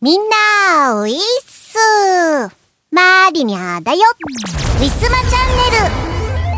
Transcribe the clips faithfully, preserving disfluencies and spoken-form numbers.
みんなウィッスマリニャだよ。ウィスマチャンネル。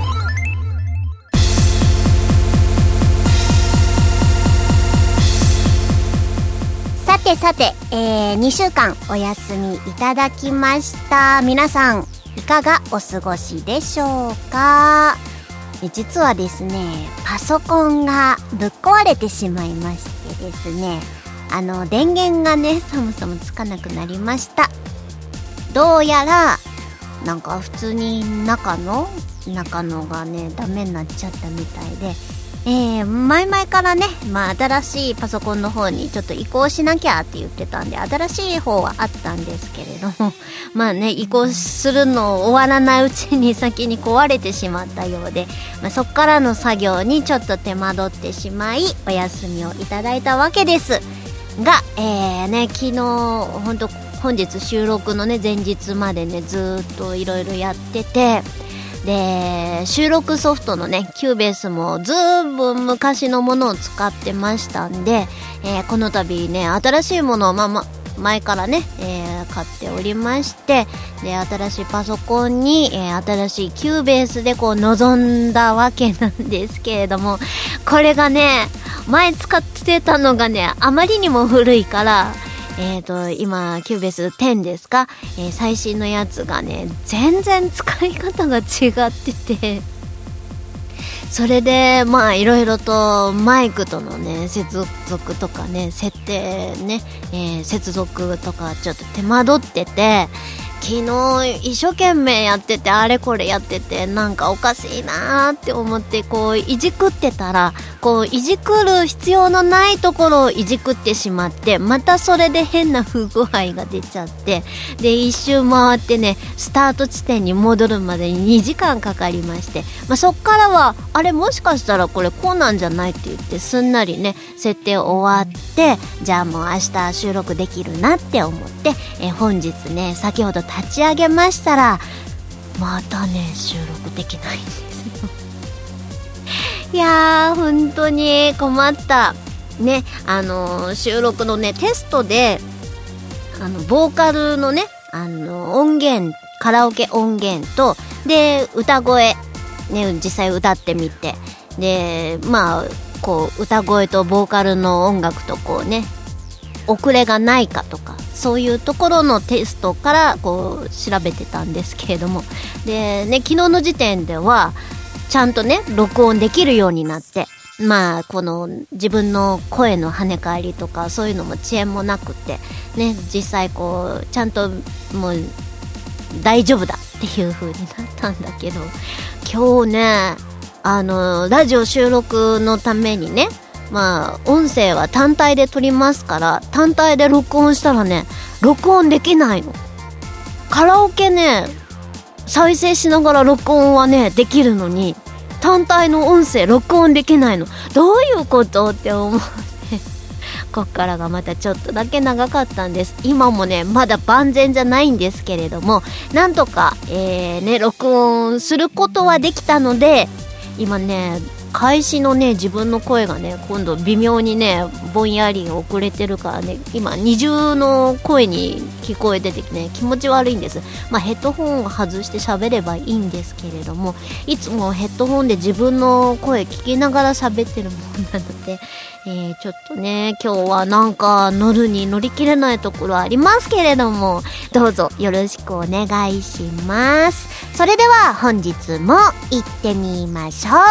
さてさて、えー、にしゅうかんお休みいただきました。皆さんいかがお過ごしでしょうか。実はですね、パソコンがぶっ壊れてしまいましてですね、あの電源がねそもそもつかなくなりました。どうやらなんか普通に中の中のがねダメになっちゃったみたいで、えー、前々からね、まあ、新しいパソコンの方にちょっと移行しなきゃって言ってたんで、新しい方はあったんですけれども、まあね、移行するの終わらないうちに先に壊れてしまったようで、まあ、そっからの作業にちょっと手間取ってしまいお休みをいただいたわけですが、えーね、昨日本当本日収録のね前日までねずっといろいろやってて、で収録ソフトのねキューベースもずいぶん昔のものを使ってましたんで、えー、この度ね新しいものをまあま前からね、えー、買っておりまして、で新しいパソコンに、えー、新しいキューベースでこう臨んだわけなんですけれども、これがね前使ってたのがねあまりにも古いから、えーと今キューベーステンですか、えー、最新のやつがね全然使い方が違ってて、それでまあいろいろとマイクとのね接続とかね設定ね、えー、接続とかちょっと手間取ってて、昨日一生懸命やっててあれこれやっててなんかおかしいなーって思ってこういじくってたら、こういじくる必要のないところをいじくってしまって、またそれで変な不具合が出ちゃって、で一周回ってねスタート地点に戻るまでににじかんかかりまして、まあ、そっからはあれもしかしたらこれこうなんじゃないって言ってすんなりね設定終わって、じゃあもう明日収録できるなって思って、え本日ね先ほど立ち上げましたらまたね収録できないんですよ。いやー本当に困ったね。あのー、収録のねテストであのボーカルのねあの音源カラオケ音源とで歌声ね実際歌ってみて、でまあこう歌声とボーカルの音楽とこうね遅れがないかとかそういうところのテストからこう調べてたんですけれども、でね昨日の時点ではちゃんとね録音できるようになって、まあこの自分の声の跳ね返りとかそういうのも遅延もなくてね、実際こうちゃんともう大丈夫だっていう風になったんだけど、今日ねあのラジオ収録のためにね、まあ音声は単体で撮りますから単体で録音したらね録音できないの。カラオケね再生しながら録音はねできるのに単体の音声録音できないの。どういうことって思ってこっからがまたちょっとだけ長かったんです。今もねまだ万全じゃないんですけれども、なんとか、えーね、録音することはできたので、今ね開始のね自分の声がね今度微妙にねぼんやり遅れてるからね、今二重の声に聞こえててね気持ち悪いんです。まあヘッドホンを外して喋ればいいんですけれども、いつもヘッドホンで自分の声聞きながら喋ってるもんなので、えー、ちょっとね今日はなんか乗るに乗り切れないところありますけれども、どうぞよろしくお願いします。それでは本日も行ってみましょう。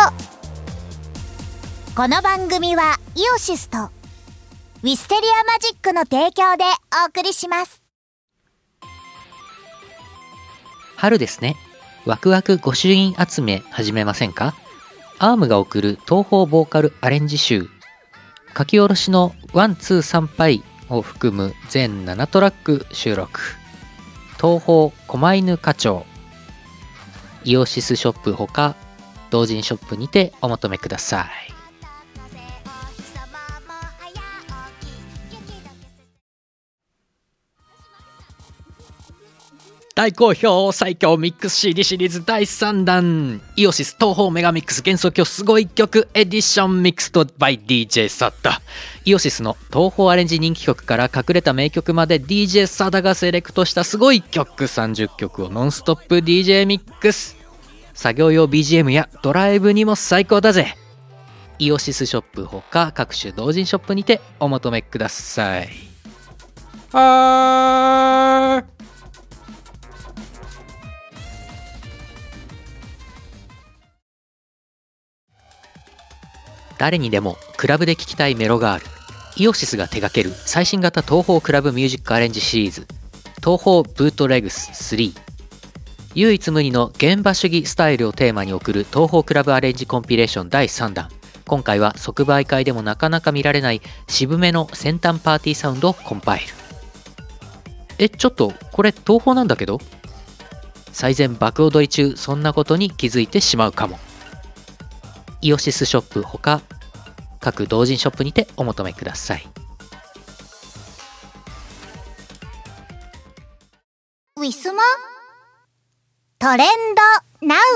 この番組はイオシスとウィステリアマジックの提供でお送りします。 春ですね。ワクワク御朱印集め始めませんか？アームが送る東宝ボーカルアレンジ集、書き下ろしのワンツーサンパイを含む全ななトラック収録、東宝狛犬課長、イオシスショップほか同人ショップにてお求めください。 大好評最強ミックス シーディー シリーズだいさんだん、イオシス東宝メガミックス幻想郷すごい曲エディションミックスと by ディージェー サダ。イオシスの東宝アレンジ人気曲から隠れた名曲まで ディージェー サダがセレクトしたすごい曲さんじゅっきょくをノンストップ ディージェー ミックス。作業用 ビージーエム やドライブにも最高だぜ。イオシスショップほか各種同人ショップにてお求めください。はーい。誰にでもクラブで聴きたいメロがある。イオシスが手掛ける最新型東宝クラブミュージックアレンジシリーズ、東宝ブートレグススリー。唯一無二の現場主義スタイルをテーマに送る東宝クラブアレンジコンピレーションだいさんだん。今回は即売会でもなかなか見られない渋めの先端パーティーサウンドをコンパイル。え、ちょっとこれ東宝なんだけど。最前爆踊り中、そんなことに気づいてしまうかも。イオシスショップほか各同人ショップにてお求めください。 ウィスモトレンドナウ。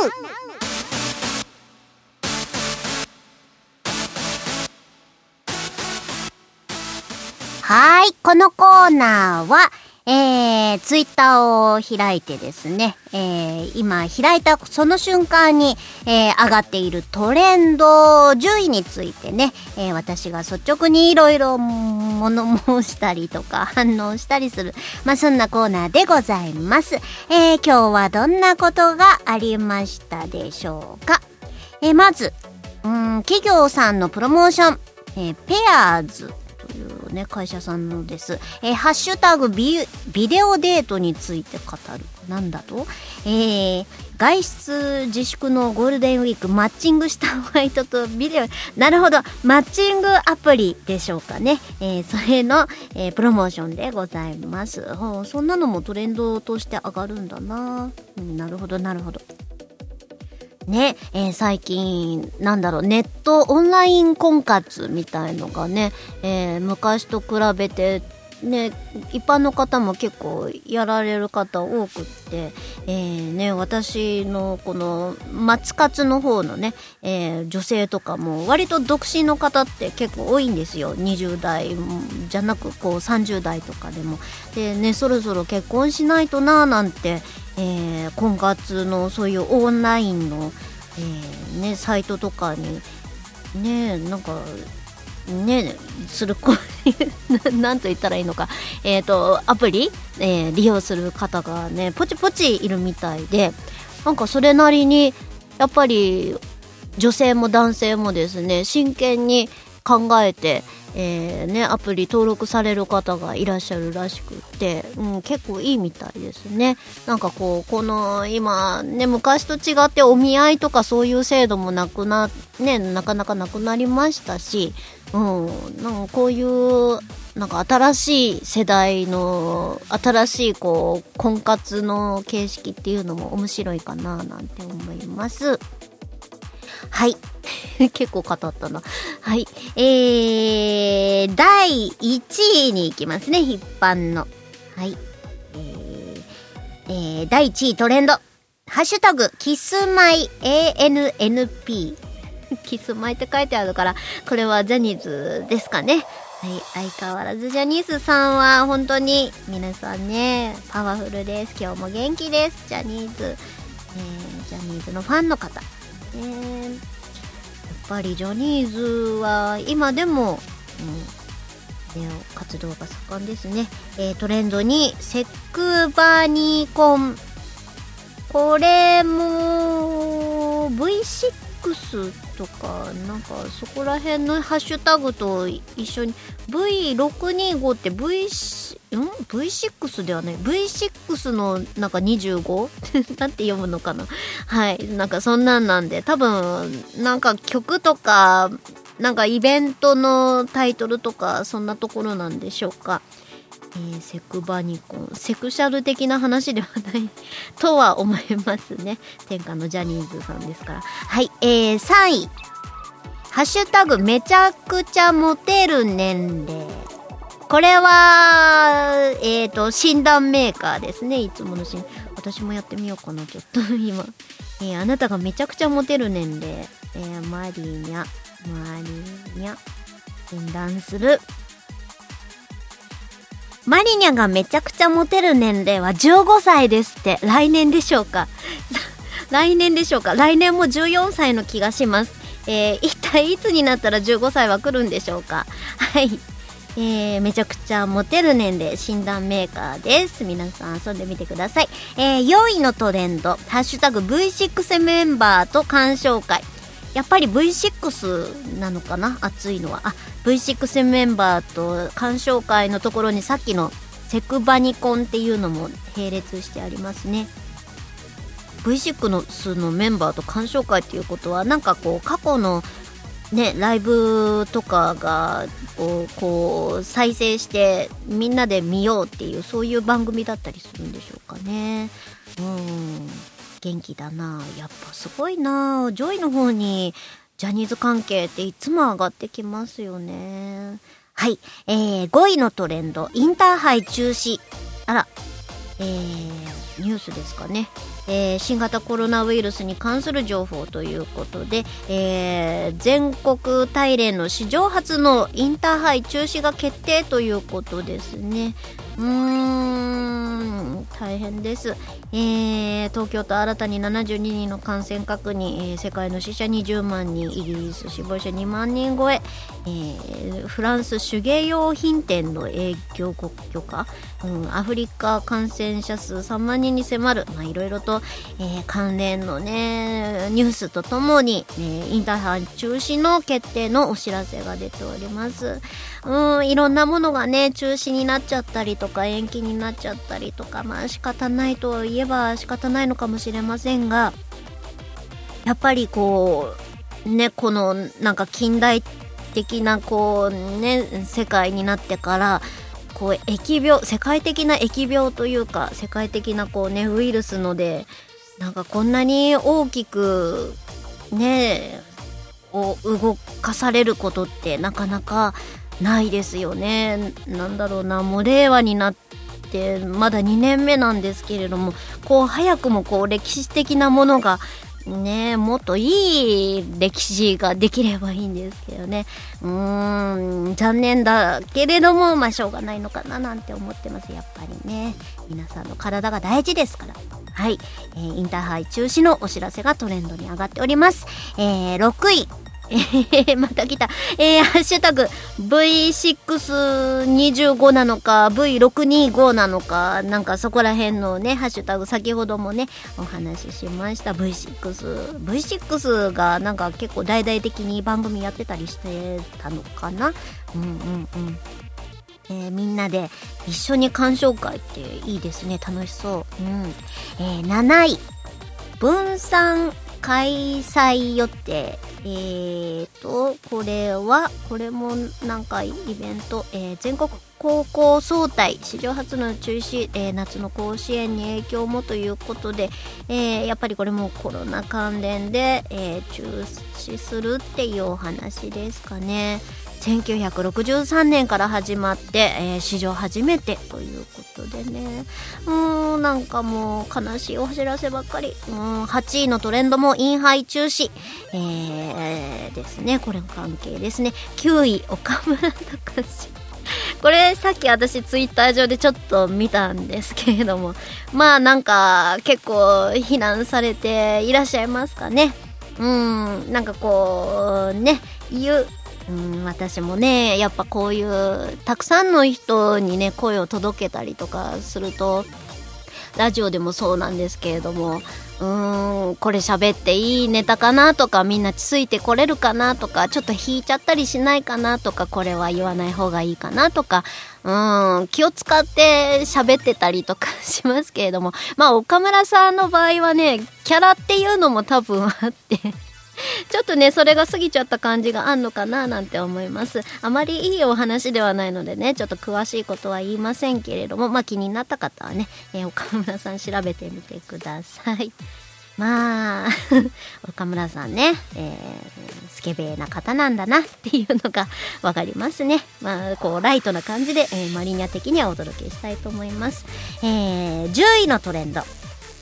はい、このコーナーはえー、ツイッターを開いてですね、えー、今開いたその瞬間に、えー、上がっているトレンドじゅういについてね、えー、私が率直にいろいろ物申したりとか反応したりする、まあそんなコーナーでございます。えー、今日はどんなことがありましたでしょうか。えー、まずうん企業さんのプロモーション、えー、ペアーズというね会社さんのです、えー、ハッシュタグ ビ, ビデオデートについて語る。なんだと、えー、外出自粛のゴールデンウィーク、マッチングしたホワイトとビデオ、なるほど、マッチングアプリでしょうかね、えー、それの、えー、プロモーションでございます。はあ、そんなのもトレンドとして上がるんだな、うん、なるほどなるほどね。えー、最近なんだろう、ネットオンライン婚活みたいのがね、えー、昔と比べてね、一般の方も結構やられる方多くって、えーね、私のこの松活の方のね、えー、女性とかも割と独身の方って結構多いんですよ。にじゅう代じゃなくこうさんじゅう代とかでもでね、そろそろ結婚しないとなーなんて、えー、婚活のそういうオンラインの、えーね、サイトとかにね、なんかね、する子なんと言ったらいいのか、えーとアプリ、えー、利用する方がねポチポチいるみたいで、なんかそれなりにやっぱり女性も男性もですね真剣に考えて、えーね、アプリ登録される方がいらっしゃるらしくって、うん、結構いいみたいですね。なんかこうこの今ね、昔と違ってお見合いとかそういう制度もなくな、ね、なかなかなくなりましたし、うん、なんかこういうなんか新しい世代の新しいこう婚活の形式っていうのも面白いかななんて思います。はい結構語ったな。はい、えー、だいいちいに行きますね、一般の。はい、えーえー、だいいちいトレンド、ハッシュタグキスマイ エーエヌエヌピー キスマイって書いてあるから、これはジャニーズですかね。はい、相変わらずジャニーズさんは本当に皆さんねパワフルです。今日も元気です。ジャニーズ、えー、ジャニーズのファンの方、えー、やっぱりジャニーズは今でも、うん、活動が盛んですね。えー、トレンドにセクバニコン、これも ブイシックス とかなんかそこら辺のハッシュタグと一緒に ブイろくにご って V ん ブイシックス ではない ブイシックス のなんかにじゅうご なんて読むのかな。はい、なんかそんなんなんで、多分なんか曲とかなんかイベントのタイトルとかそんなところなんでしょうか。えー、セクバニコン、セクシャル的な話ではないとは思いますね。天下のジャニーズさんですから。はい、えー、さんいハッシュタグめちゃくちゃモテる年齢、これはえーと診断メーカーですね。いつもの診私もやってみようかな、ちょっと今、えー、あなたがめちゃくちゃモテる年齢、えー、マリーニャマリーニャ診断する。マリニャがめちゃくちゃモテる年齢はじゅうごさいですって。来年でしょうか来年でしょうか来年もじゅうよんさいの気がします。えー、一体いつになったらじゅうごさいは来るんでしょうか。はい、えー、めちゃくちゃモテる年齢診断メーカーです。皆さん遊んでみてください。えー、よんいのトレンド、ハッシュタグ ブイシックス メンバーと鑑賞会。やっぱり ブイシックス なのかな、熱いのは。あ、ブイシックス メンバーと鑑賞会のところにさっきのセクバニコンっていうのも並列してありますね。 ブイシックス のメンバーと鑑賞会っていうことは、なんかこう過去のねライブとかがこう、こう再生してみんなで見ようっていう、そういう番組だったりするんでしょうかね。うん、元気だな。やっぱすごいな。上位の方にジャニーズ関係っていつも上がってきますよね。はい、えー、ごいのトレンド、インターハイ中止。あら、えー、ニュースですかね。えー、新型コロナウイルスに関する情報ということで、えー、全国大連の史上初のインターハイ中止が決定ということですね。うーん、大変です。えー、東京都新たにななじゅうににんの感染確認、えー、世界の死者にじゅうまんにん、イギリス死亡者にまんにん超え、えー、フランス手芸用品店の営業許可、うん、アフリカ感染者数さんまんにんに迫る、まあいろいろと、えー、関連のねニュースとともに、えー、インターハイ中止の決定のお知らせが出ております。うん、いろんなものがね中止になっちゃったりとか延期になっちゃったりとか、まあ仕方ないといえば仕方ないのかもしれませんが、やっぱりこうねこのなんか近代的なこうね世界になってからこう疫病、世界的な疫病というか世界的なこうねウイルスのでなんかこんなに大きくねを動かされることってなかなかないですよね。なんだろうな、もう令和になってまだにねんめなんですけれども、こう早くもこう歴史的なものがねもっといい歴史ができればいいんですけどね。うーん、残念だけれどもまあしょうがないのかななんて思ってます。やっぱりね皆さんの体が大事ですから。はい、えー、インターハイ中止のお知らせがトレンドに上がっております。えー、ろくいえー、また来た、えー、ハッシュタグ ブイシックスにじゅうご なのか ブイろくにご なのか、なんかそこら辺のねハッシュタグ先ほどもねお話ししました。 ブイシックス ブイシックス がなんか結構大々的に番組やってたりしてたのかな。うんうんうん、えー、みんなで一緒に鑑賞会っていいですね、楽しそう。うん、えー、なない分散開催予定。えーとこれはこれもなんかイベント、えー、全国高校総体史上初の中止、えー、夏の甲子園に影響もということで、えー、やっぱりこれもコロナ関連で、えー、中止するっていうお話ですかね。せんきゅうひゃくろくじゅうさんねんから始まって、えー、史上初めてということでね、うーんなんかもう悲しいお知らせばっかり。うーんはちいのトレンドもインハイ中止、えー、ですね。これの関係ですね。きゅうい岡村隆史これさっき私ツイッター上でちょっと見たんですけれども、まあなんか結構非難されていらっしゃいますかね。うーんなんかこうね言ううん、私もねやっぱこういうたくさんの人にね声を届けたりとかすると、ラジオでもそうなんですけれども、うーんこれ喋っていいネタかなとか、みんなついてこれるかなとか、ちょっと引いちゃったりしないかなとか、これは言わない方がいいかなとか、うーん気を使って喋ってたりとかしますけれども、まあ岡村さんの場合はねキャラっていうのも多分あってちょっとねそれが過ぎちゃった感じがあんのかななんて思います。あまりいいお話ではないのでねちょっと詳しいことは言いませんけれども、まあ気になった方はね、えー、岡村さん調べてみてください。まあ岡村さんね、えー、スケベーな方なんだなっていうのがわかりますね。まあこうライトな感じで、えー、マリニャ的にはお届けしたいと思います。えー、じゅういのトレンド、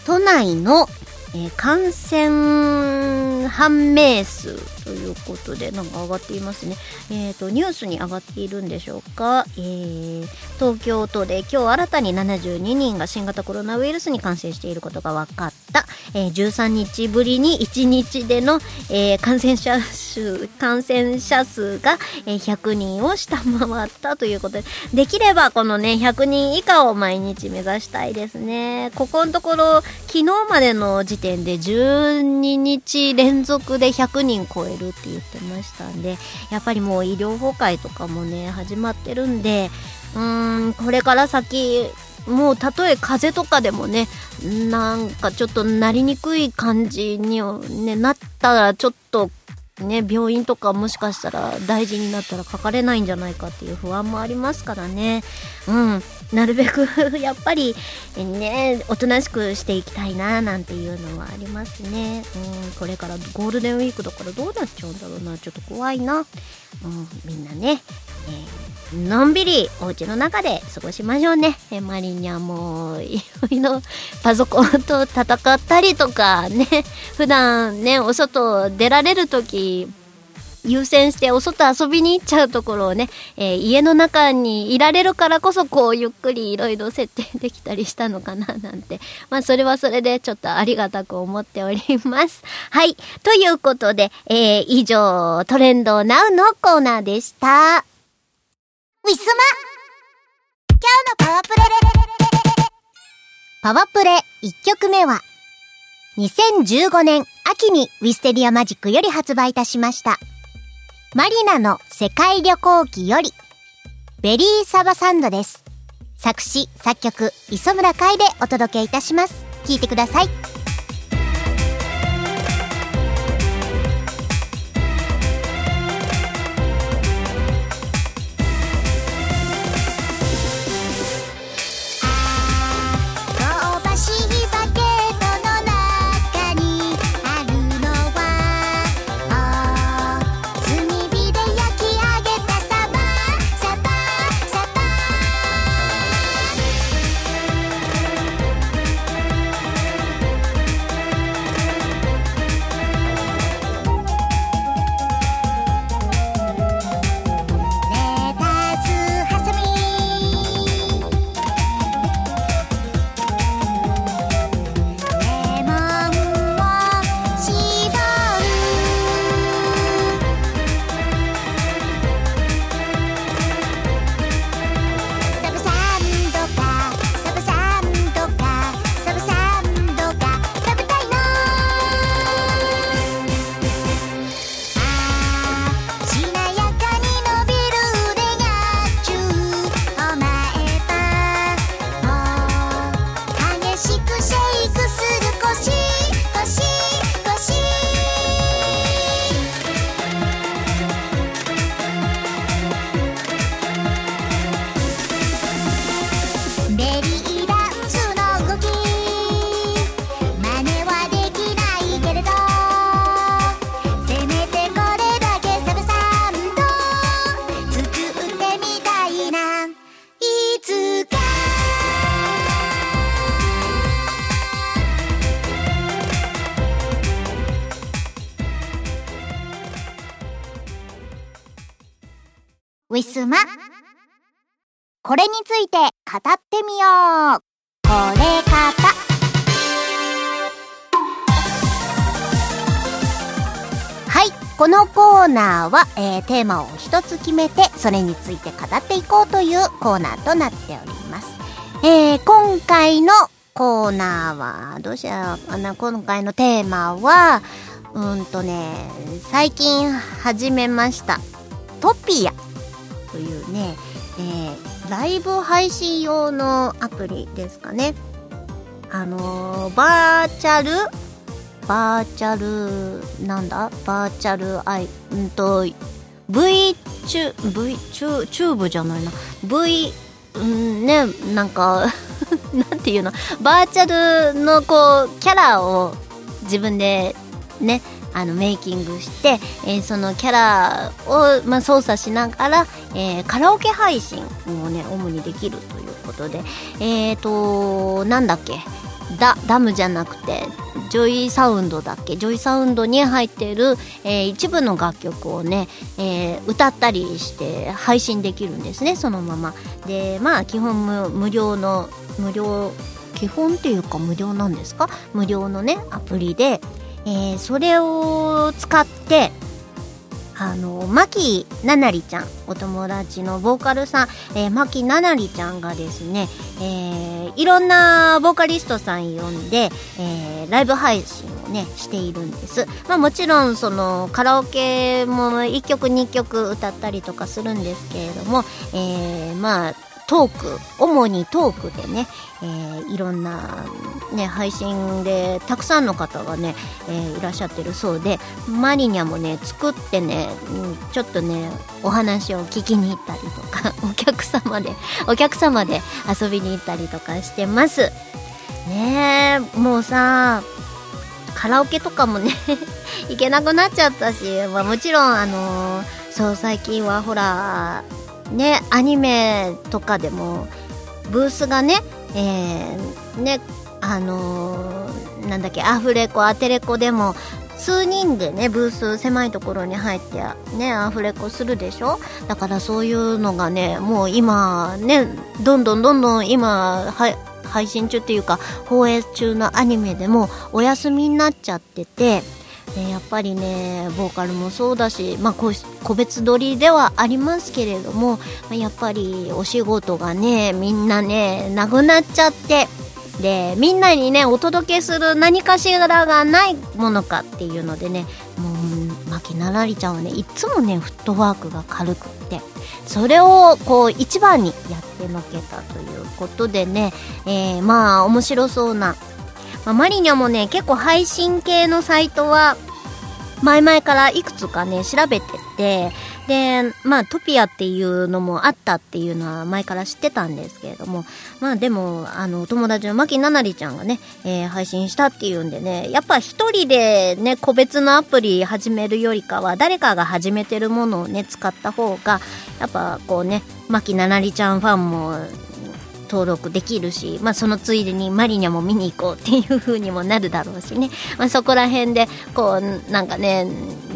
都内の、えー、感染判明数ということでなんか上がっていますね。えーとニュースに上がっているんでしょうか。えー、東京都で今日新たにななじゅうににんが新型コロナウイルスに感染していることが分かった。えー、じゅうさんにちぶりにいちにちでの、えー、感染者数感染者数が、えー、ひゃくにんを下回ったということで、できればこのねひゃくにん以下を毎日目指したいですね。ここのところ昨日までの時点でじゅうににち連続でひゃくにん超えるって言ってましたんで、やっぱりもう医療崩壊とかもね始まってるんで、うーんこれから先もうたとえ風邪とかでもねなんかちょっとなりにくい感じに、ね、なったらちょっとね病院とかもしかしたら大事になったらかかれないんじゃないかっていう不安もありますからね。うんなるべくやっぱりねおとなしくしていきたいななんていうのはありますね。うんこれからゴールデンウィークだからどうなっちゃうんだろうな、ちょっと怖いな。うんみんなね、えー、のんびりお家の中で過ごしましょうね。えマリンにはもういろいろパソコンと戦ったりとかね、普段ねお外出られるとき優先してお外遊びに行っちゃうところをね、えー、家の中にいられるからこそこうゆっくりいろいろ設定できたりしたのかななんて、まあそれはそれでちょっとありがたく思っております。はい、ということで、えー、以上トレンドナウのコーナーでした。ウィスマ今日のパワープレパワープレいっきょくめはにせんじゅうごねん秋にウィステリアマジックより発売いたしましたマリナの世界旅行記よりベリーサバサンドです。作詞作曲磯村海でお届けいたします。聴いてください。ウィスマこれについて語ってみよう。これかたはい、このコーナーは、えー、テーマを一つ決めてそれについて語っていこうというコーナーとなっております。えー、今回のコーナーはどうしようかな。今回のテーマはうんとね最近始めましたトピアというね、えー、ライブ配信用のアプリですかね。あのー、バーチャルバーチャルなんだバーチャルアイうんと V チュ V チュチューブじゃないな V うんねなんかなんていうのバーチャルのこうキャラを自分でねあのメイキングして、えー、そのキャラを、まあ、操作しながら、えー、カラオケ配信をね主にできるということで、えーとなんだっけダ, ダムじゃなくてジョイサウンドだっけジョイサウンドに入っている、えー、一部の楽曲をね、えー、歌ったりして配信できるんですね、そのままで。まあ基本 無, 無料の無料基本っていうか無料なんですか、無料のねアプリで、えー、それを使ってあの牧ななりちゃん、お友達のボーカルさん、えー、牧ななりちゃんがですね、えー、いろんなボーカリストさん呼んで、えー、ライブ配信をねしているんです。まあもちろんそのカラオケもいっきょくにきょく歌ったりとかするんですけれども、えー、まあトーク、主にトークでね、えー、いろんな、ね、配信でたくさんの方がね、えー、いらっしゃってるそうで、マリニャもね作ってね、うん、ちょっとねお話を聞きに行ったりとかお客様でお客様で遊びに行ったりとかしてますね。えもうさカラオケとかもね行けなくなっちゃったし、まあ、もちろんあのー、そう最近はほらね、アニメとかでもブースがね、えー、ね、あのー、なんだっけ、アフレコ、アテレコでも数人でね、ブース狭いところに入ってね、アフレコするでしょ。だからそういうのがね、もう今ね、どんどんどんどん今は配信中っていうか放映中のアニメでもお休みになっちゃってて。でやっぱりねボーカルもそうだし、まあ、個, 個別撮りではありますけれども、やっぱりお仕事がねみんなねなくなっちゃって、でみんなにねお届けする何かしらがないものかっていうのでね、もう牧ななりちゃんはねいつもねフットワークが軽くって、それをこう一番にやってのけたということでね、えー、まあ面白そうな、まあ、マリニャもね結構配信系のサイトは前々からいくつかね調べてて、でまあトピアっていうのもあったっていうのは前から知ってたんですけれども、まあでもあの友達の牧ななりちゃんがね、えー、配信したっていうんでね、やっぱ一人でね個別のアプリ始めるよりかは誰かが始めてるものをね使った方がやっぱこうね牧ななりちゃんファンも登録できるし、まあ、そのついでにマリニャも見に行こうっていう風にもなるだろうしね、まあ、そこら辺でこうなんかね、うん、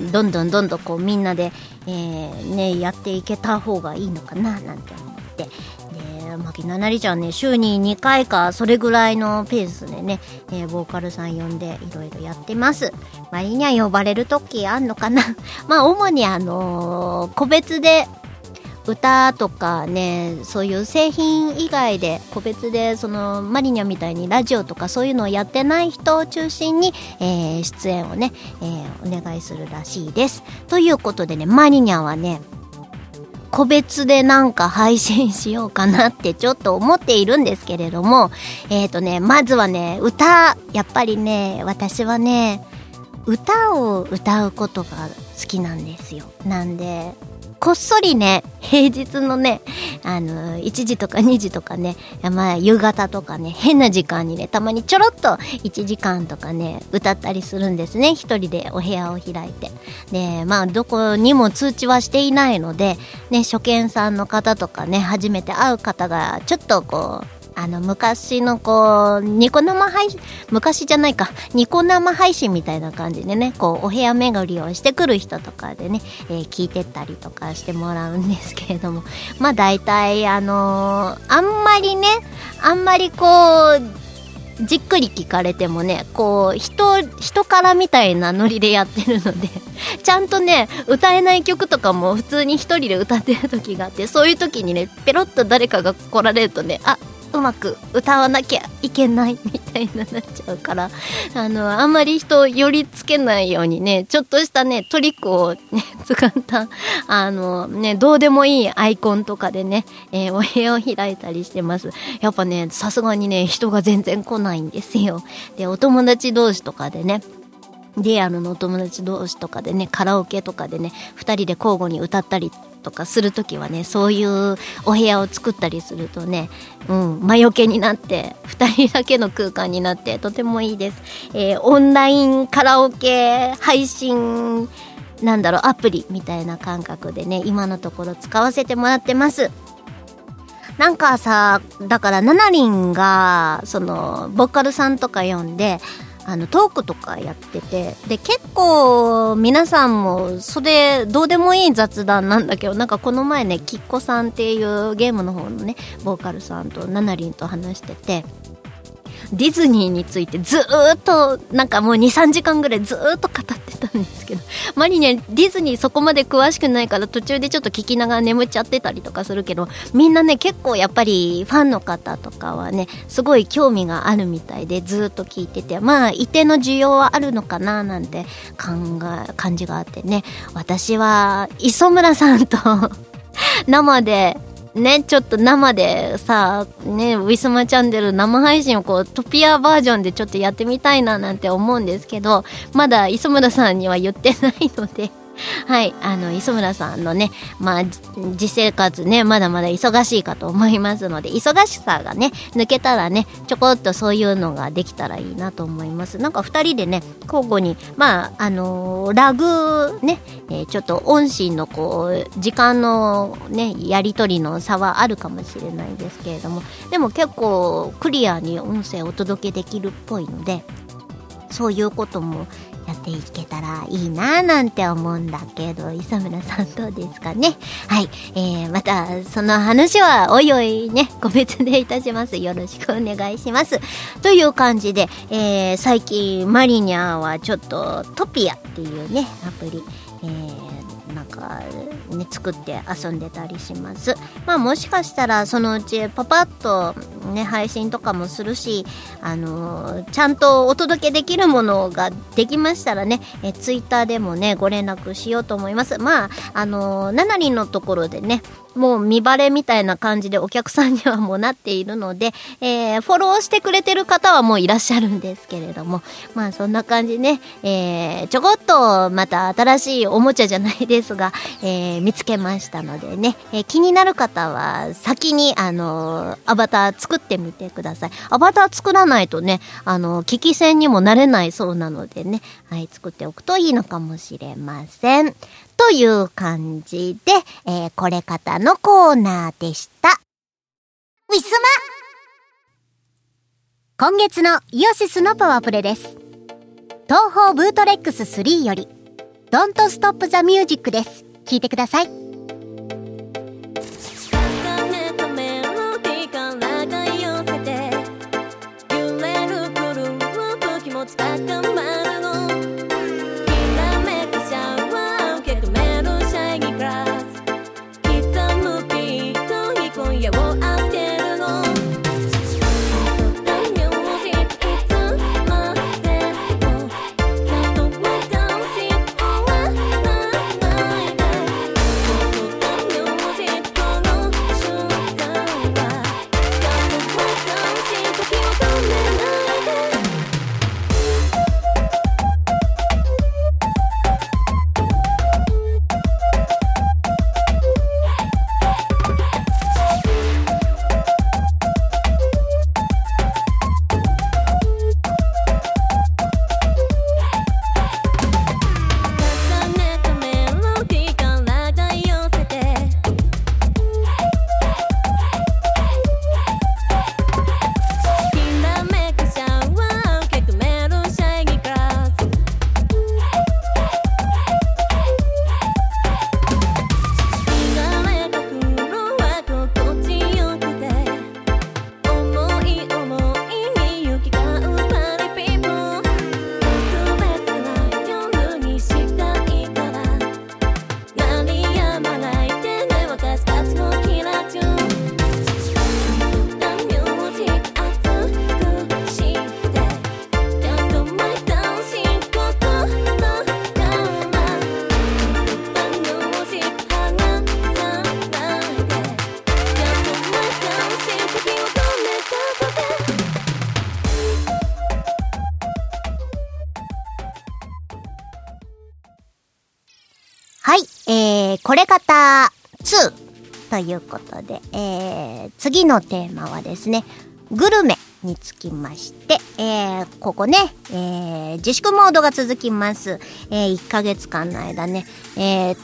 どんどんどんどんこうみんなで、えーね、やっていけた方がいいのかななんて思って、で牧ななりちゃんね週ににかいかそれぐらいのペースでね、えー、ボーカルさん呼んでいろいろやってます。マリニャ呼ばれる時あんのかなまあ主にあのー、個別で歌とかね、そういう製品以外で個別でそのマリニャみたいにラジオとかそういうのをやってない人を中心に、えー、出演をね、えー、お願いするらしいです。ということでね、マリニャはね個別でなんか配信しようかなってちょっと思っているんですけれども、えーとねまずはね歌、やっぱりね私はね歌を歌うことが好きなんですよ。なんでこっそりね平日のねあのいちじとかにじとかね、まあ夕方とかね変な時間にねたまにちょろっといちじかんとかね歌ったりするんですね、一人でお部屋を開いて。でまあどこにも通知はしていないのでね、初見さんの方とかね初めて会う方がちょっとこうあの昔のこうニコ生配信、昔じゃないかニコ生配信みたいな感じでねこうお部屋巡りをしてくる人とかでね、えー、聞いてったりとかしてもらうんですけれども、まあ大体あのー、あんまりねあんまりこうじっくり聞かれてもねこう人人からみたいなノリでやってるのでちゃんとね歌えない曲とかも普通に一人で歌ってる時があって、そういう時にねペロッと誰かが来られるとねあうまく歌わなきゃいけないみたいになっちゃうから、あのあんまり人を寄りつけないようにねちょっとしたねトリックをね使ったあのねどうでもいいアイコンとかでね、えー、お部屋を開いたりしてます。やっぱねさすがにね人が全然来ないんですよ。でお友達同士とかでねリアルのお友達同士とかでねカラオケとかでねふたりで交互に歌ったりとかするときはねそういうお部屋を作ったりするとね、うん、魔除けになってふたりだけの空間になってとてもいいです。えー、オンラインカラオケ配信なんだろうアプリみたいな感覚でね今のところ使わせてもらってます。 なんかさ、だからナナリンがそのボーカルさんとか呼んであのトークとかやってて、で結構皆さんもそれどうでもいい雑談なんだけど、なんかこの前ねキッコさんっていうゲームの方のねボーカルさんとナナリンと話してて、ディズニーについてずーっとなんかもう にさんじかんぐらいずーっと語ってたんですけど、マリねディズニーそこまで詳しくないから途中でちょっと聞きながら眠っちゃってたりとかするけど、みんなね結構やっぱりファンの方とかはねすごい興味があるみたいでずーっと聞いてて、まあ一定の需要はあるのかななんて考え感じがあってね、私は磯村さんと生でね、ちょっと生でさ、ね、ウィスマチャンネル生配信をこうトピアバージョンでちょっとやってみたいななんて思うんですけど、まだ磯村さんには言ってないのではい、あの磯村さんのね、まあ実生活ねまだまだ忙しいかと思いますので、忙しさがね抜けたらねちょこっとそういうのができたらいいなと思います。なんかふたりでね交互にまああのー、ラグね、えー、ちょっと音声のこう時間のねやり取りの差はあるかもしれないですけれども、でも結構クリアに音声をお届けできるっぽいので、そういうこともやっていけたらいいななんて思うんだけど、磯村さんどうですかね。はい、えー、またその話はおいおいね個別でいたします。よろしくお願いしますという感じで、えー、最近マリニャはちょっとトピアっていうねアプリ、えー、なんかね作って遊んでたりします。まあもしかしたらそのうちパパッとね配信とかもするし、あのー、ちゃんとお届けできるものができましたらね、えツイッターでもねご連絡しようと思います。まああのー、ナナリンのところでねもう見バレみたいな感じでお客さんにはもうなっているので、えー、フォローしてくれてる方はもういらっしゃるんですけれども、まあそんな感じね、えー、ちょこっとまた新しいおもちゃじゃないですが、えー、見つけましたのでね、えー、気になる方は先にあのー、アバター作ってみてください。アバター作らないとねあのー、聞き戦にもなれないそうなのでね、はい、作っておくといいのかもしれませんという感じで、えー、これ方のコーナーでした。ウィスマ今月のイオシスのパワープレです。東宝ブートレックススリーより Don't Stop the Music です。聴いてください。はい、えー、これ方ツーということで、えー、次のテーマはですね、グルメにつきまして、えー、ここね、えー、自粛モードが続きます。えー、いっかげつかんの間ね、えー、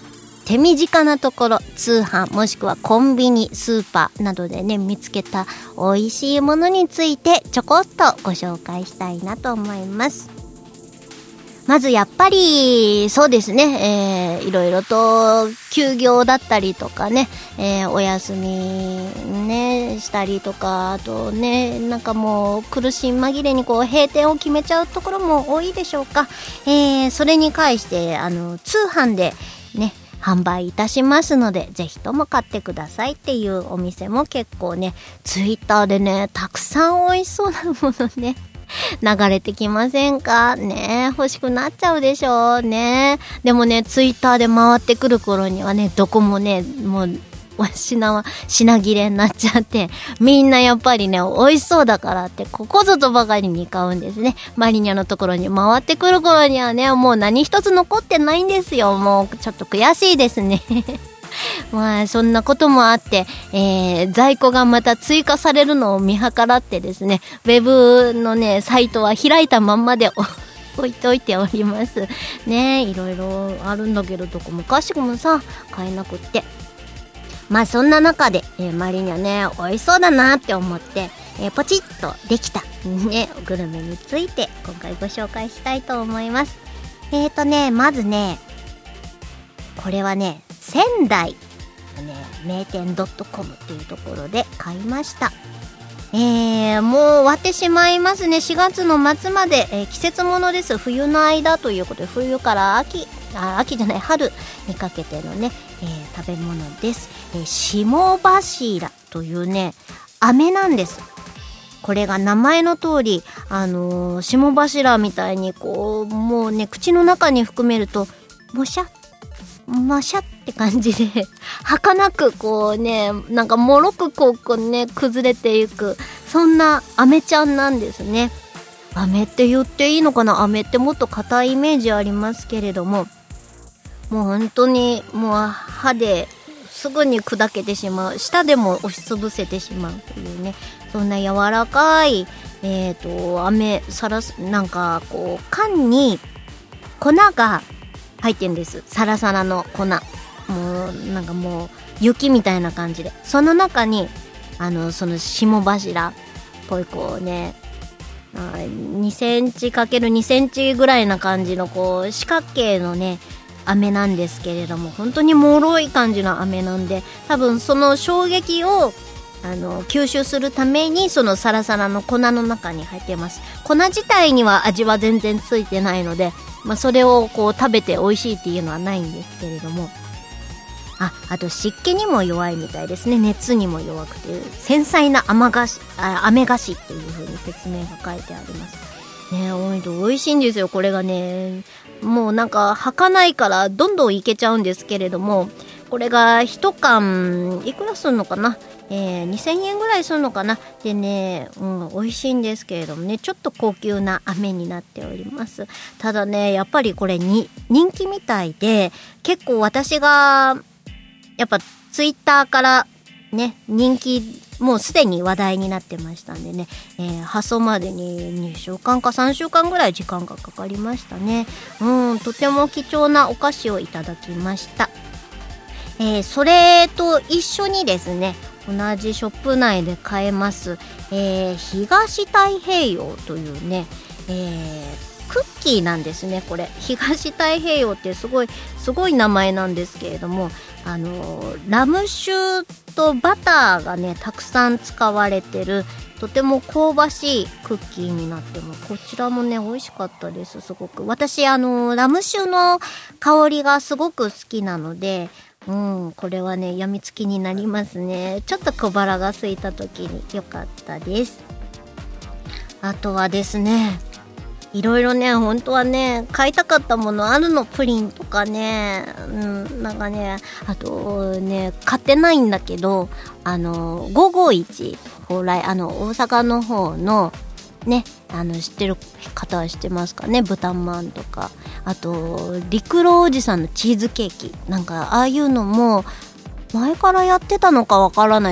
手短なところ、通販もしくはコンビニ、スーパーなどでね見つけた美味しいものについてちょこっとご紹介したいなと思います。まずやっぱりそうですね、えー、いろいろと休業だったりとかね、えー、お休みねしたりとか、あとねなんかもう苦し紛れにこう閉店を決めちゃうところも多いでしょうか。えー、それに関してあの通販でね販売いたしますので、ぜひとも買ってくださいっていうお店も結構ねツイッターでねたくさん美味しそうなものね流れてきませんかね。欲しくなっちゃうでしょうね。でもねツイッターで回ってくる頃にはねどこもねもう品は品切れになっちゃって、みんなやっぱりね美味しそうだからってここぞとばかりに買うんですね。マリニャのところに回ってくる頃にはねもう何一つ残ってないんですよ。もうちょっと悔しいですねまあそんなこともあって、えー、在庫がまた追加されるのを見計らってですね、ウェブのねサイトは開いたまんまで置いておいておりますね。いろいろあるんだけどどこもかしくもさ買えなくって、まあそんな中で、えー、マリニャね美味しそうだなって思って、えー、ポチッとできたねグルメについて今回ご紹介したいと思います。えーとねまずねこれはね仙台のね名店 .com っていうところで買いました。えー、もう終わってしまいますね。しがつの末まで、えー、季節ものです。冬の間ということで、冬から秋あ秋じゃない春にかけてのね、えー、食べ物です。えー、霜柱というね飴なんです。これが名前の通りあのー、霜柱みたいにこうもうね口の中に含めるともしゃもしゃって感じで儚くこうねなんかもろくこうこうね崩れていく、そんな飴ちゃんなんですね。飴って言っていいのかな。飴ってもっと硬いイメージありますけれども、もう本当にもう歯ですぐに砕けてしまう、舌でも押しつぶせてしまうというね、そんな柔らかいえーと飴さらすなんかこう缶に粉が入ってんです。サラサラの粉、もうなんかもう雪みたいな感じで、その中にあのその霜柱っぽいこうねにセンチかけるにセンチぐらいな感じのこう四角形のね飴なんですけれども、本当に脆い感じの飴なんで、多分その衝撃をあの吸収するためにそのサラサラの粉の中に入ってます。粉自体には味は全然ついてないので、まあ、それをこう食べて美味しいっていうのはないんですけれども、ああと湿気にも弱いみたいですね。熱にも弱くて繊細な甘菓子あ飴菓子っていう風に説明が書いてありますね。おいと美味しいんですよこれがね。もうなんか儚いからどんどんいけちゃうんですけれども、これが一缶いくらするのかな、えー、にせんえんぐらいするのかな。でね、うん、美味しいんですけれどもね、ちょっと高級な飴になっております。ただねやっぱりこれに人気みたいで、結構私がやっぱツイッターからね人気もうすでに話題になってましたんでね、えー、発送までににしゅうかんかさんしゅうかんぐらい時間がかかりましたね。うん、とても貴重なお菓子をいただきました。えー、それと一緒にですね同じショップ内で買えます、えー、東太平洋というね、えー、クッキーなんですね。これ東太平洋ってすごいすごい名前なんですけれども、あのー、ラム酒とバターがねたくさん使われてるとても香ばしいクッキーになっても、こちらもね美味しかったです。すごく私あのー、ラム酒の香りがすごく好きなので、うん、これはねやみつきになりますね。ちょっと小腹が空いた時に良かったです。あとはですねいろいろね本当はね買いたかったものあるの。プリンとかね、うん、なんかねあとね買ってないんだけど、あのごーごーいち蓬莱、あの大阪の方のねあの知ってる方は知ってますかね。豚まんとか、あと陸路おじさんのチーズケーキなんかああいうのも前からやってたのかわからない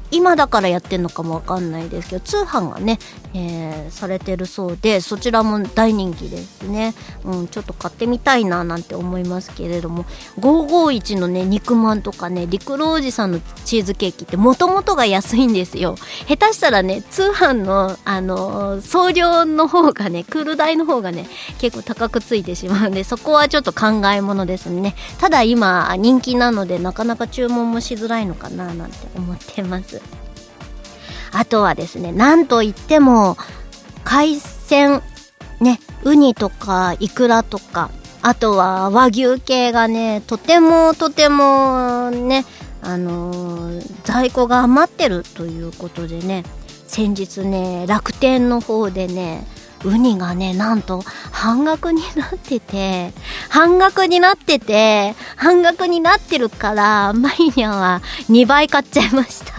今だからやってんのかもわかんないですけど、通販がね、えー、されてるそうで、そちらも大人気ですね。うん、ちょっと買ってみたいななんて思いますけれども、ごーごーいちのね肉まんとかね、陸路おじさんのチーズケーキってもともとが安いんですよ。下手したらね、通販のあのー、送料の方がね、クール代の方がね結構高くついてしまうんで、そこはちょっと考えものですね。ただ今人気なのでなかなか注文もしづらいのかななんて思ってます。あとはですね、なんといっても海鮮ね、ウニとかイクラとか、あとは和牛系がね、とてもとてもね、あのー、在庫が余ってるということでね、先日ね楽天の方でね、ウニがねなんと半額になってて半額になってて半額になってるから、マイニャはにばい買っちゃいました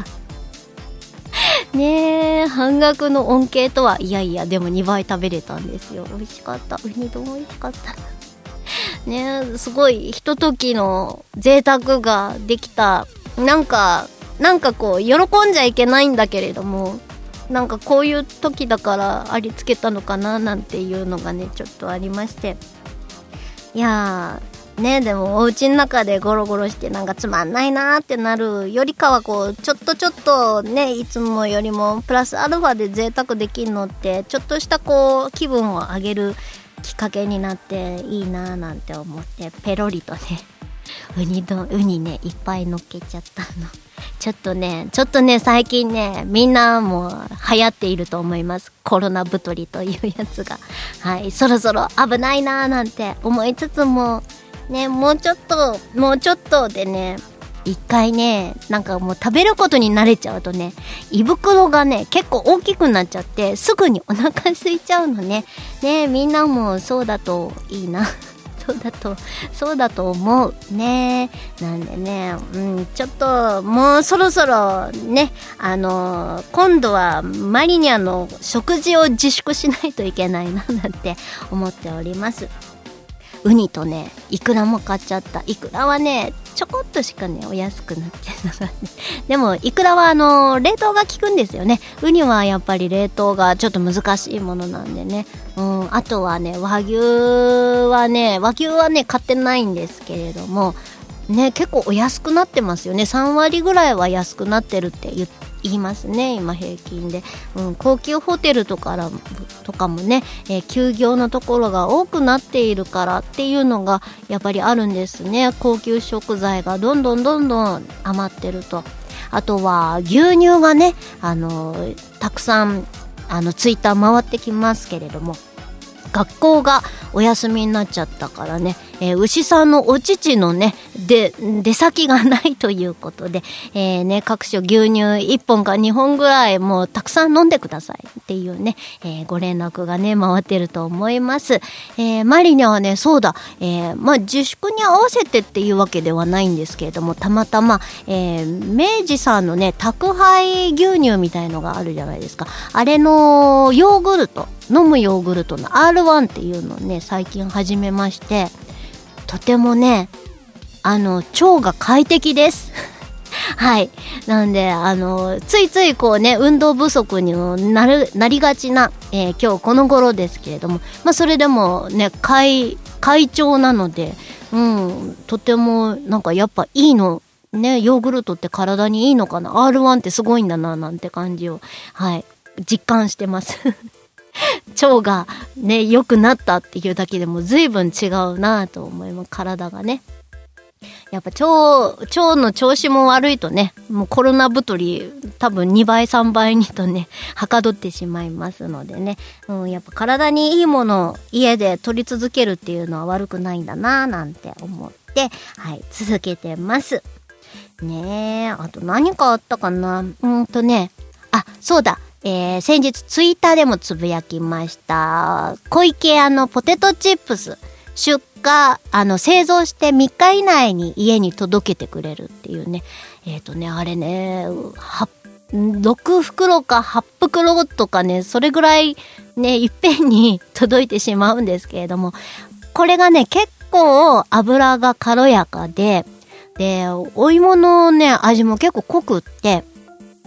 ねえ、半額の恩恵とは、いやいやでもにばい食べれたんですよ。美味しかった。ウニ丼美味しかったねえ、すごいひとときの贅沢ができた。なんかなんかこう喜んじゃいけないんだけれども、なんかこういう時だからありつけたのかななんていうのがねちょっとありまして、いやーね、でもお家の中でゴロゴロしてなんかつまんないなーってなるよりかは、こうちょっとちょっとね、いつもよりもプラスアルファで贅沢できるのって、ちょっとしたこう気分を上げるきっかけになっていいなーなんて思って、ペロリとねウニ丼ウニねいっぱい乗っけちゃったの。ちょっとねちょっとね最近ねみんなも流行っていると思います、コロナ太りというやつが。はい、そろそろ危ないなーなんて思いつつもね、もうちょっともうちょっとでね、一回ねなんかもう食べることに慣れちゃうとね、胃袋がね結構大きくなっちゃってすぐにお腹空いちゃうのね。ね、みんなもそうだといいなそうだとそうだと思うね。なんでね、うん、ちょっともうそろそろね、あのー、今度はマリニャの食事を自粛しないといけないななんて思っております。ウニとねイクラも買っちゃった。イクラはねちょこっとしかねお安くなってるのが、ね、でもイクラはあの冷凍が効くんですよね。ウニはやっぱり冷凍がちょっと難しいものなんでね、うん、あとはね和牛はね和牛はね買ってないんですけれどもね、結構お安くなってますよね。さんわりぐらいは安くなってるって言言いますね今平均で、うん、高級ホテルとかとかもね、えー、休業のところが多くなっているからっていうのがやっぱりあるんですね。高級食材がどんどんどんどん余ってると。あとは牛乳がね、あのー、たくさんあのツイッター回ってきますけれども、学校がお休みになっちゃったからね、えー、牛さんのお乳のねで出先がないということで、えーね、各種牛乳いっぽんかにほんぐらいもうたくさん飲んでくださいっていうね、えー、ご連絡がね回ってると思います。えー、マリニャはねそうだ、えー、まあ自粛に合わせてっていうわけではないんですけれども、たまたま、えー、明治さんのね宅配牛乳みたいのがあるじゃないですか。あれのヨーグルト、飲むヨーグルトの アールワン っていうのをね最近始めまして、とてもねあの腸が快適ですはい、なんであのついついこうね運動不足になるなりがちな、えー、今日この頃ですけれども、まあそれでもね快快調なので、うん、とてもなんかやっぱいいのね、ヨーグルトって体にいいのかな、 アールワン ってすごいんだななんて感じをはい実感してます腸がね良くなったっていうだけでも随分違うなと思います。体がねやっぱ腸腸の調子も悪いとね、もうコロナ太り多分にばいさんばいにとねはかどってしまいますのでね、うん、やっぱ体にいいものを家で取り続けるっていうのは悪くないんだななんて思って、はい、続けてますね。あと何かあったかな、うんとねあそうだ、えー、先日ツイッターでもつぶやきました小池屋のポテトチップス出荷あの製造してみっか以内に家に届けてくれるっていうね、えっとねあれねろくふくろかはちふくろとかね、それぐらいねいっぺんに届いてしまうんですけれども、これがね結構油が軽やかででお芋のね味も結構濃くって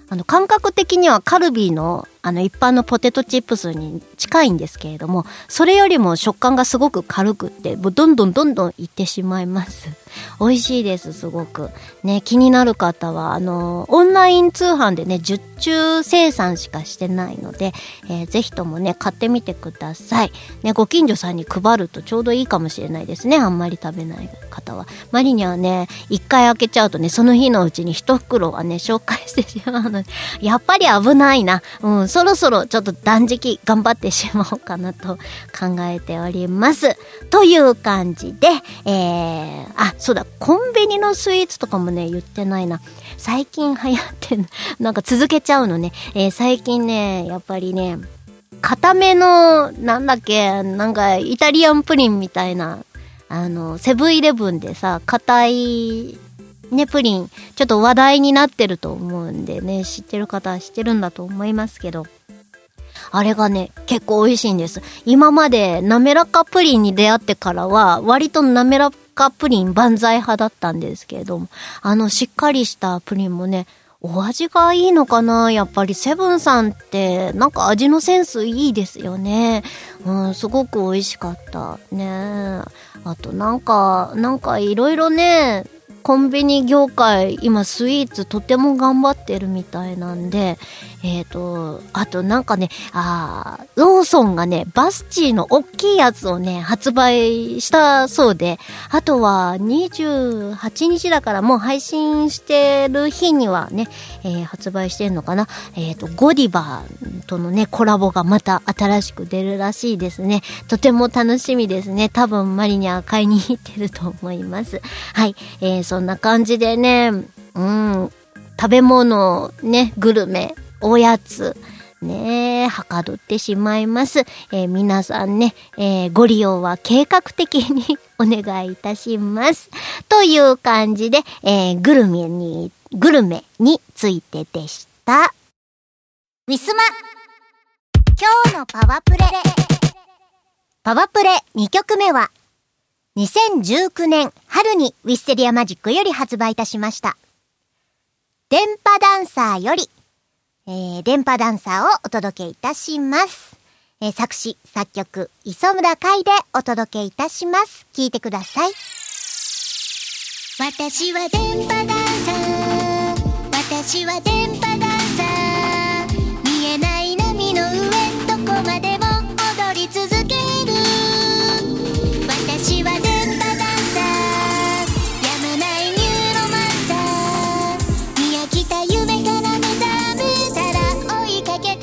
あの感覚的にはカルビーのあの一般のポテトチップスに近いんですけれども、それよりも食感がすごく軽くって、もうどんどんどんどんいってしまいます。美味しいです、すごく。ね、気になる方は、あの、オンライン通販でね、受注生産しかしてないので、えー、ぜひともね、買ってみてください。ね、ご近所さんに配るとちょうどいいかもしれないですね、あんまり食べない方は。マリにはね、一回開けちゃうとね、その日のうちに一袋はね、紹介してしまうので、やっぱり危ないな。うん、そろそろちょっと断食頑張ってしまおうかなと考えております。という感じで、えー、あ、そうだ、コンビニのスイーツとかもね、言ってないな。最近流行ってんの、なんか続けちゃうのね。えー、最近ね、やっぱりね、固めの、なんだっけ、なんかイタリアンプリンみたいな、あの、セブンイレブンでさ、硬い、ね、プリン、ちょっと話題になってると思うんでね、知ってる方は知ってるんだと思いますけど、あれがね、結構美味しいんです。今まで滑らかプリンに出会ってからは、割と滑らかプリン万歳派だったんですけれども、あのしっかりしたプリンもね、お味がいいのかな。やっぱりセブンさんってなんか味のセンスいいですよね。うん、すごく美味しかったね。あとなんかなんかいろいろね、コンビニ業界今スイーツとても頑張ってるみたいなんで、えーとあとなんかね、あーローソンがねバスチーの大きいやつをね発売したそうで、あとはにじゅうはちにちだからもう配信してる日にはね、えー、発売してんのかな。えーとゴディバとのねコラボがまた新しく出るらしいですね。とても楽しみですね。多分マリには買いに行ってると思います。はい、えー、そんな感じでね、うん、食べ物ね、グルメ、おやつね、はかどってしまいます。えー、皆さんね、えー、ご利用は計画的にお願いいたします。という感じで、えー、グルメにグルメについてでした。ウィスマ今日のパワプレパワプレにきょくめはにせんじゅうきゅうねん春にウィステリアマジックより発売いたしました電波ダンサーより、えー、電波ダンサーをお届けいたします、えー、作詞作曲磯村海でお届けいたします。聞いてください。私は電波ダンサー、私は電波ダンサー、見えない波の上どこまでも踊り続ける。私は電波ダンサー、やまないニューロマンサー、見飽きた夢から目覚めたら追いかけて。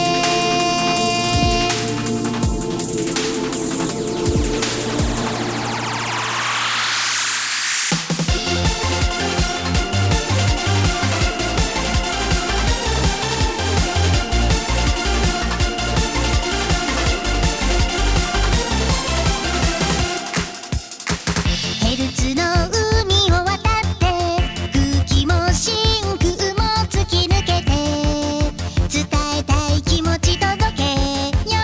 ヘルツの海を渡って空気も真空も突き抜けて伝えたい気持ち届けよ。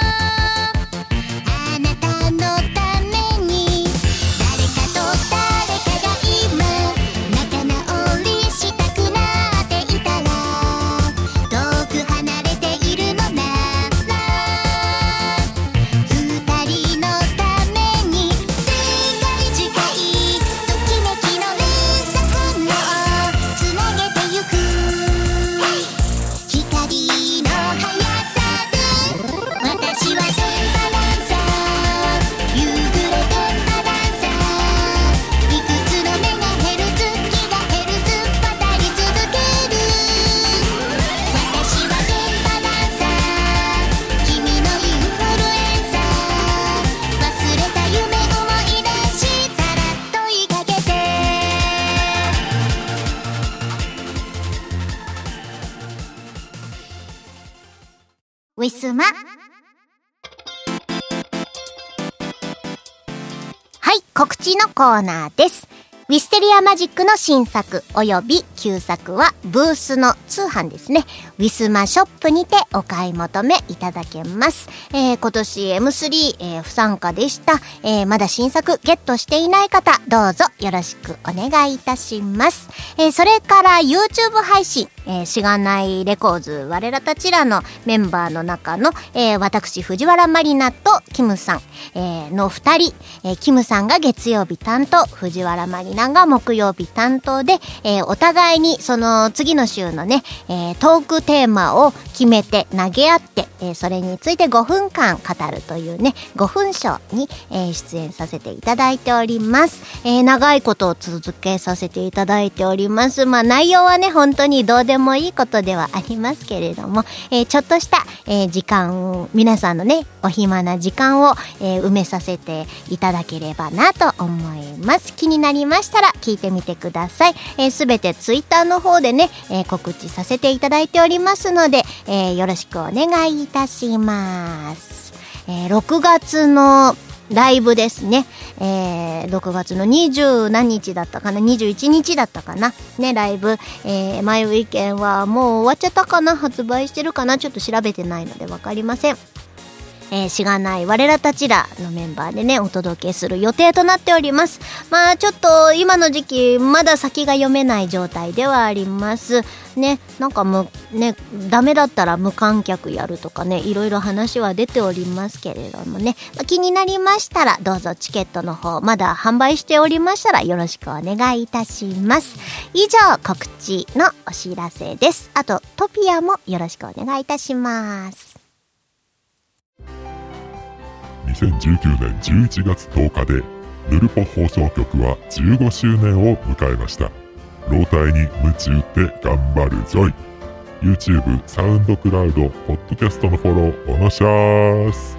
あなたのために誰かと誰かが今仲直りしたくなっていたら、遠く離れているのなら二人のために近いときめきの連鎖反応をつなげてゆく。光の速さで私は電波ダンサー、夕暮れ電波ダンサー、いくつのメガヘルツギガヘルツ渡り続ける。私は電波ダンサー、君のインフルエンサー、忘れた夢思い出したら問いかけて。ウィスマ。はい、告知のコーナーです。ウウィステリアマジックの新作および旧作はブースの通販ですね、ウィスマショップにてお買い求めいただけます。えー、今年 エムスリー、えー、不参加でした、えー、まだ新作ゲットしていない方、どうぞよろしくお願いいたします。えー、それから YouTube 配信、えー、しがないレコーズ我らたちらのメンバーの中の、えー、私藤原まりなとキムさん、えー、のふたり、えー、キムさんが月曜日担当、藤原まりなが木曜日担当で、えー、お互いにその次の週のね、えー、トークテーマを決めて投げ合って、えー、それについてごふんかん語るというねごふんショーに、えー、出演させていただいております。えー、長いことを続けさせていただいております。まあ内容はね本当にどうでもいいことではありますけれども、えー、ちょっとした、えー、時間、皆さんのねお暇な時間を、えー、埋めさせていただければなと思います。気になりましたら聞いてみてください。えー、すべてツイッターの方でね、えー、告知させていただいておりますので、えー、よろしくお願いいたします。えー、ろくがつのライブですね、えー、ろくがつのにじゅう何日だったかな、にじゅういちにちだったかなね、ライブ、えー、マイウィーケンはもう終わっちゃったかな、発売してるかな、ちょっと調べてないので分かりません。えー、しがない我らたちらのメンバーでねお届けする予定となっております。まあちょっと今の時期まだ先が読めない状態ではありますね。なんかむねダメだったら無観客やるとかね、いろいろ話は出ておりますけれどもね、まあ、気になりましたらどうぞチケットの方まだ販売しておりましたらよろしくお願いいたします。以上告知のお知らせです。あとトピアもよろしくお願いいたします。 にせんじゅうきゅうねんじゅういちがつとおかでヌルポ放送局はじゅうごしゅうねんを迎えました。老体に夢中で頑張るぞい。 YouTube、サウンドクラウド、ポッドキャストのフォローおのしゃーす。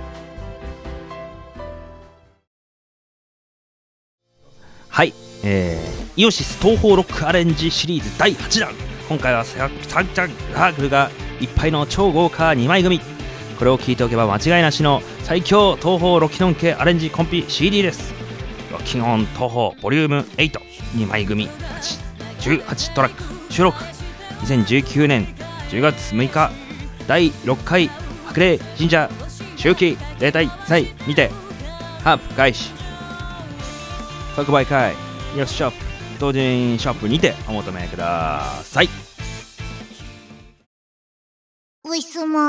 はい、えー、イオシス東宝ロックアレンジシリーズだいはちだん、今回はサンチャンラークルがいっぱいの超豪華にまい組。これを聞いておけば間違いなしの最強東宝ロキノン系アレンジコンピ シーディー です。ロキノン東宝ボリュームはち、にまい組じゅうはちトラック収録。にせんじゅうきゅうねんじゅうがつむいかだいろっかい白麗神社秋季例大祭にてハープ開始。即売会イオシスショップ同人ショップにてお求めください。 ウィスマ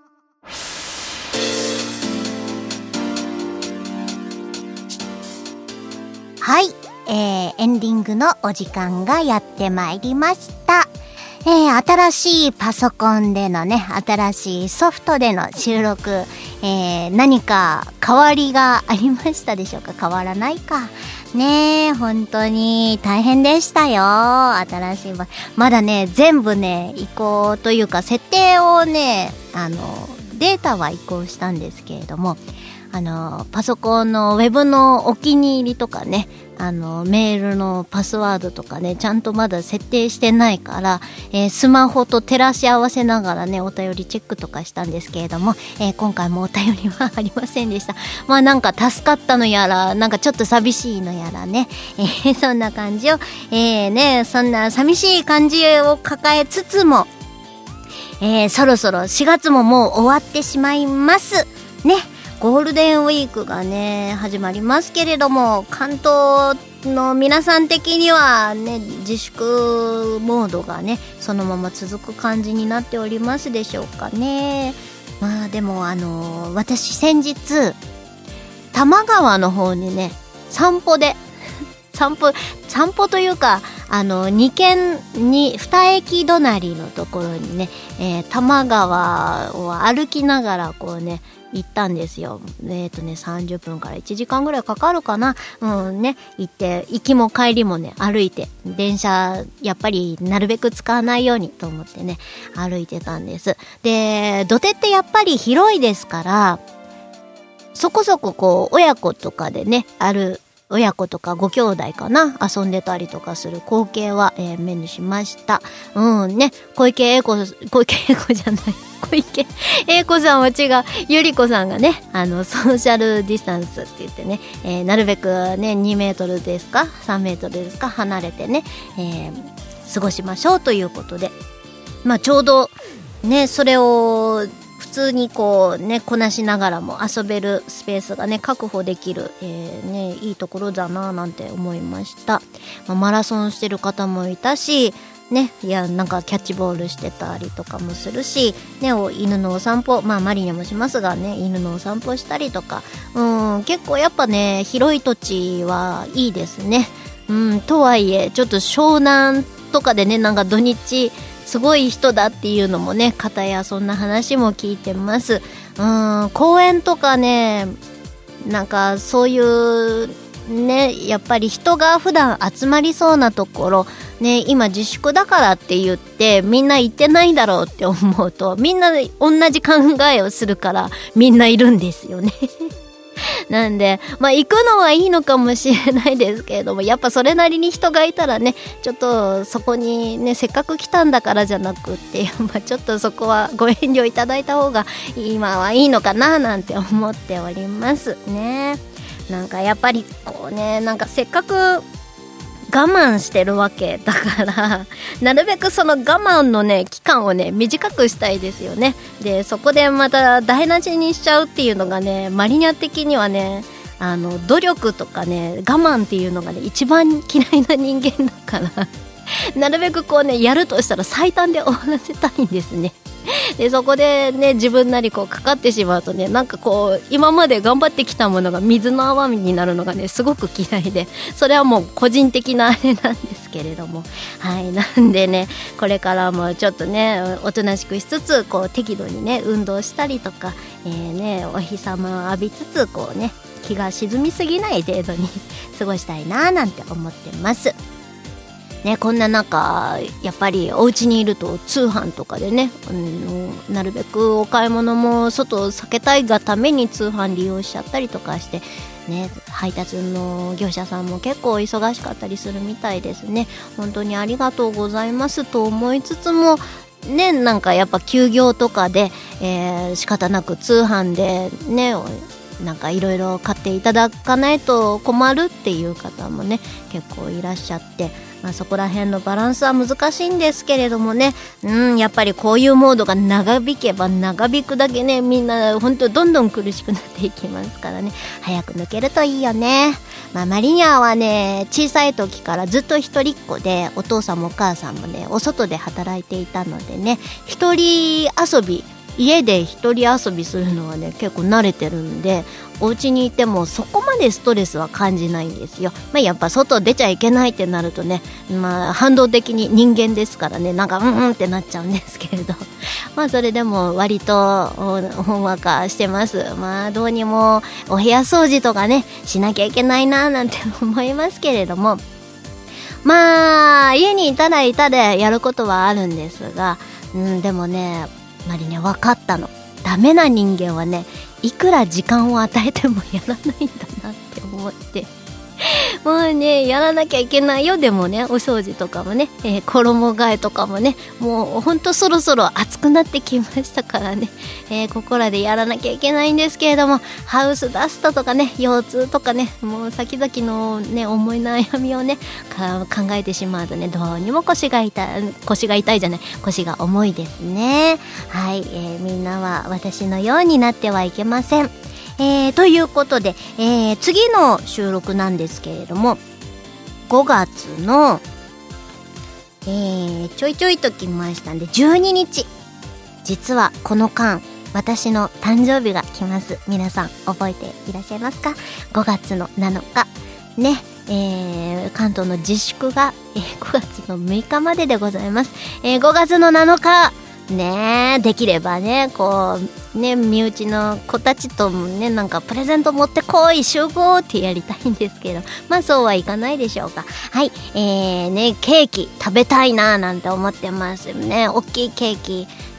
はい、えー、エンディングのお時間がやってまいりました。えー、新しいパソコンでのね、新しいソフトでの収録、えー、何か変わりがありましたでしょうか。変わらないかねえ、本当に大変でしたよ。新しいまだね全部ね移行というか設定をね、あのデータは移行したんですけれども、あのパソコンのウェブのお気に入りとかね、あのメールのパスワードとかねちゃんとまだ設定してないから、えー、スマホと照らし合わせながらねお便りチェックとかしたんですけれども、えー、今回もお便りはありませんでした。まあなんか助かったのやら、なんかちょっと寂しいのやらね、えー、そんな感じを、えー、ねそんな寂しい感じを抱えつつも、えー、そろそろしがつももう終わってしまいますね。ゴールデンウィークがね始まりますけれども、関東の皆さん的にはね自粛モードがねそのまま続く感じになっておりますでしょうかね。まあでもあのー、私先日多摩川の方にね散歩で散歩散歩というか、あのに軒にに駅隣のところにね、えー、多摩川を歩きながらこうね行ったんですよ。えっとねさんじゅっぷんからいちじかんぐらいかかるかな。うんね、行って行きも帰りもね歩いて、電車やっぱりなるべく使わないようにと思ってね歩いてたんです。で土手ってやっぱり広いですから、そこそここう親子とかでね歩親子とかご兄弟かな遊んでたりとかする光景は、えー、目にしました。うんね、小池栄子、小池栄子じゃない小池栄子さんは違う、ゆり子さんがね、あのソーシャルディスタンスって言ってね、えー、なるべくねにメートルですかさんメートルですか離れてね、えー、過ごしましょうということで、まあちょうどねそれを普通にこうねこなしながらも遊べるスペースがね確保できる、えー、ねいいところだななんて思いました。まあ、マラソンしてる方もいたしね、いやなんかキャッチボールしてたりとかもするし、ね、お犬のお散歩、まあマリニャもしますがね犬のお散歩したりとか、うん結構やっぱね広い土地はいいですね。うんとはいえちょっと湘南とかでねなんか土日すごい人だっていうのもね片やそんな話も聞いてます。うん公園とかねなんかそういうねやっぱり人が普段集まりそうなところね今自粛だからって言ってみんな行ってないだろうって思うとみんな同じ考えをするからみんないるんですよねなんでまあ行くのはいいのかもしれないですけれどもやっぱそれなりに人がいたらねちょっとそこにねせっかく来たんだからじゃなくってまあちょっとそこはご遠慮いただいた方が今はいいのかななんて思っておりますね。なんかやっぱりこうねなんかせっかく我慢してるわけだからなるべくその我慢のね期間をね短くしたいですよね。でそこでまた台無しにしちゃうっていうのがねマリニャ的にはねあの努力とかね我慢っていうのがね一番嫌いな人間だからなるべくこうねやるとしたら最短で終わらせたいんですね。でそこでね自分なりこうかかってしまうとねなんかこう今まで頑張ってきたものが水の泡になるのがねすごく嫌いでそれはもう個人的なあれなんですけれどもはいなんでねこれからもちょっとねおとなしくしつつこう適度にね運動したりとか、えー、ねお日様を浴びつつこうね気が沈みすぎない程度に過ごしたいななんて思ってますね。こんな中やっぱりお家にいると通販とかでね、うん、なるべくお買い物も外を避けたいがために通販利用しちゃったりとかしてね配達の業者さんも結構忙しかったりするみたいですね。本当にありがとうございますと思いつつもねなんかやっぱ休業とかで、えー、仕方なく通販でねなんかいろいろ買っていただかないと困るっていう方もね結構いらっしゃって、まあ、そこら辺のバランスは難しいんですけれどもね、うんやっぱりこういうモードが長引けば長引くだけねみんな本当どんどん苦しくなっていきますからね早く抜けるといいよね。まあ、マリニャはね小さい時からずっと一人っ子でお父さんもお母さんもねお外で働いていたのでね一人遊び家で一人遊びするのはね結構慣れてるんでお家にいてもそこまでストレスは感じないんですよ。まあ、やっぱ外出ちゃいけないってなるとね、まあ、反動的に人間ですからねなんかうんうんってなっちゃうんですけれどまあそれでも割とほんわかしてます。まあどうにもお部屋掃除とかねしなきゃいけないななんて思いますけれどもまあ家にいたらいたでやることはあるんですが、うん、でもねマリニャ分かったの。ダメな人間はねいくら時間を与えてもやらないんだなって思ってもうねやらなきゃいけないよ。でもねお掃除とかもね、えー、衣替えとかもねもうほんとそろそろ暑くなってきましたからね、えー、ここらでやらなきゃいけないんですけれどもハウスダストとかね腰痛とかねもう先々のね思い悩みをね考えてしまうとねどうにも腰が痛い腰が痛いじゃない腰が重いですね。はい、えー、みんなは私のようになってはいけません。えー、ということで、えー、次の収録なんですけれどもごがつの、えー、ちょいちょいときましたんでじゅうににち実はこの間私の誕生日が来ます。皆さん覚えていらっしゃいますか？ごがつのなのかね、えー、関東の自粛が、えー、ごがつのむいかまででございます。えー、ごがつのなのかねえできればねこうね身内の子たちともねなんかプレゼント持ってこい集合ってやりたいんですけどまあそうはいかないでしょうか。はいえーねケーキ食べたいななんて思ってますね。大きいケーキ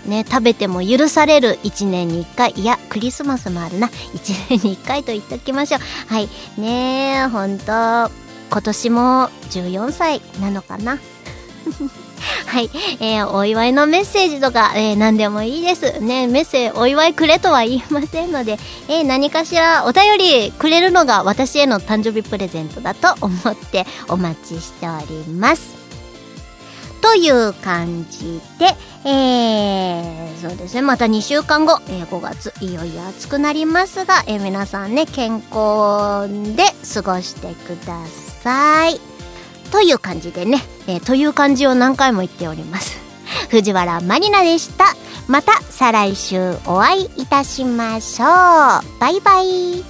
ね、食べても許されるいちねんにいっかい、いやクリスマスもあるな、いちねんにいっかいと言っておきましょう。はいねえ、ほんと今年もじゅうよんさいなのかなはい、えー、お祝いのメッセージとか、えー、何でもいいですね。メッセージお祝いくれとは言いませんので、えー、何かしらお便りくれるのが私への誕生日プレゼントだと思ってお待ちしております。という感じで、えー、そうですね、またにしゅうかんご、えー、ごがついよいよ暑くなりますが、えー、皆さんね健康で過ごしてくださいという感じでね、えー、という感じを何回も言っております。藤原まりなでした。また再来週お会いいたしましょう。バイバイ。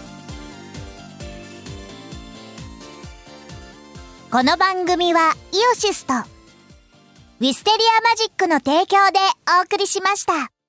この番組はイオシスとウィステリアマジックの提供でお送りしました。